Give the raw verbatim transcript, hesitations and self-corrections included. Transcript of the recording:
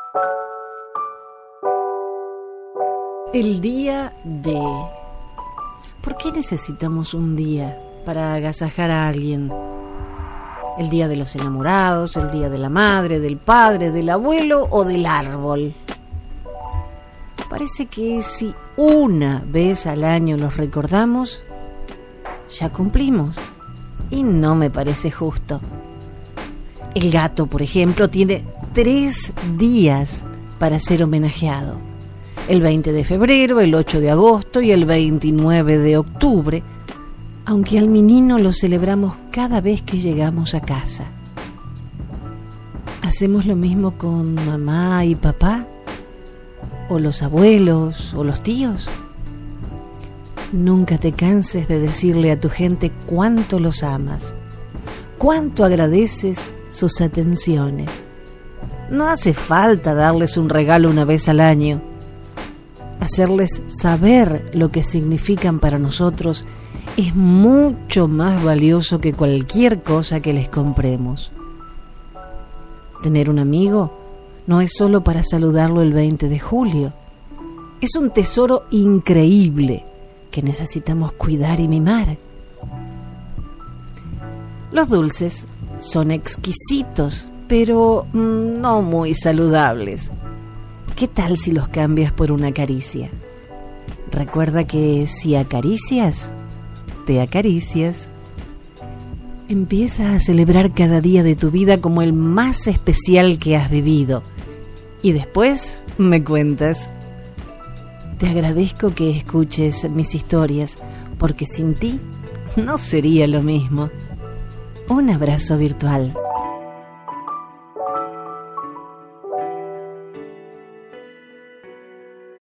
El día de... ¿Por qué necesitamos un día para agasajar a alguien? El día de los enamorados, el día de la madre, del padre, del abuelo o del árbol. Parece que si una vez al año los recordamos, ya cumplimos. Y no me parece justo. El gato, por ejemplo, tiene tres días para ser homenajeado. El veinte de febrero, el ocho de agosto y el veintinueve de octubre, aunque al menino lo celebramos cada vez que llegamos a casa. ¿Hacemos lo mismo con mamá y papá? ¿O los abuelos o los tíos? Nunca te canses de decirle a tu gente cuánto los amas, cuánto agradeces sus atenciones. No hace falta darles un regalo una vez al año. Hacerles saber lo que significan para nosotros es mucho más valioso que cualquier cosa que les compremos. Tener un amigo no es solo para saludarlo el veinte de julio. Es un tesoro increíble que necesitamos cuidar y mimar. Los dulces son exquisitos, pero no muy saludables. ¿Qué tal si los cambias por una caricia? Recuerda que si acaricias, te acaricias. Empieza a celebrar cada día de tu vida como el más especial que has vivido. Y después me cuentas. Te agradezco que escuches mis historias, porque sin ti no sería lo mismo. Un abrazo virtual.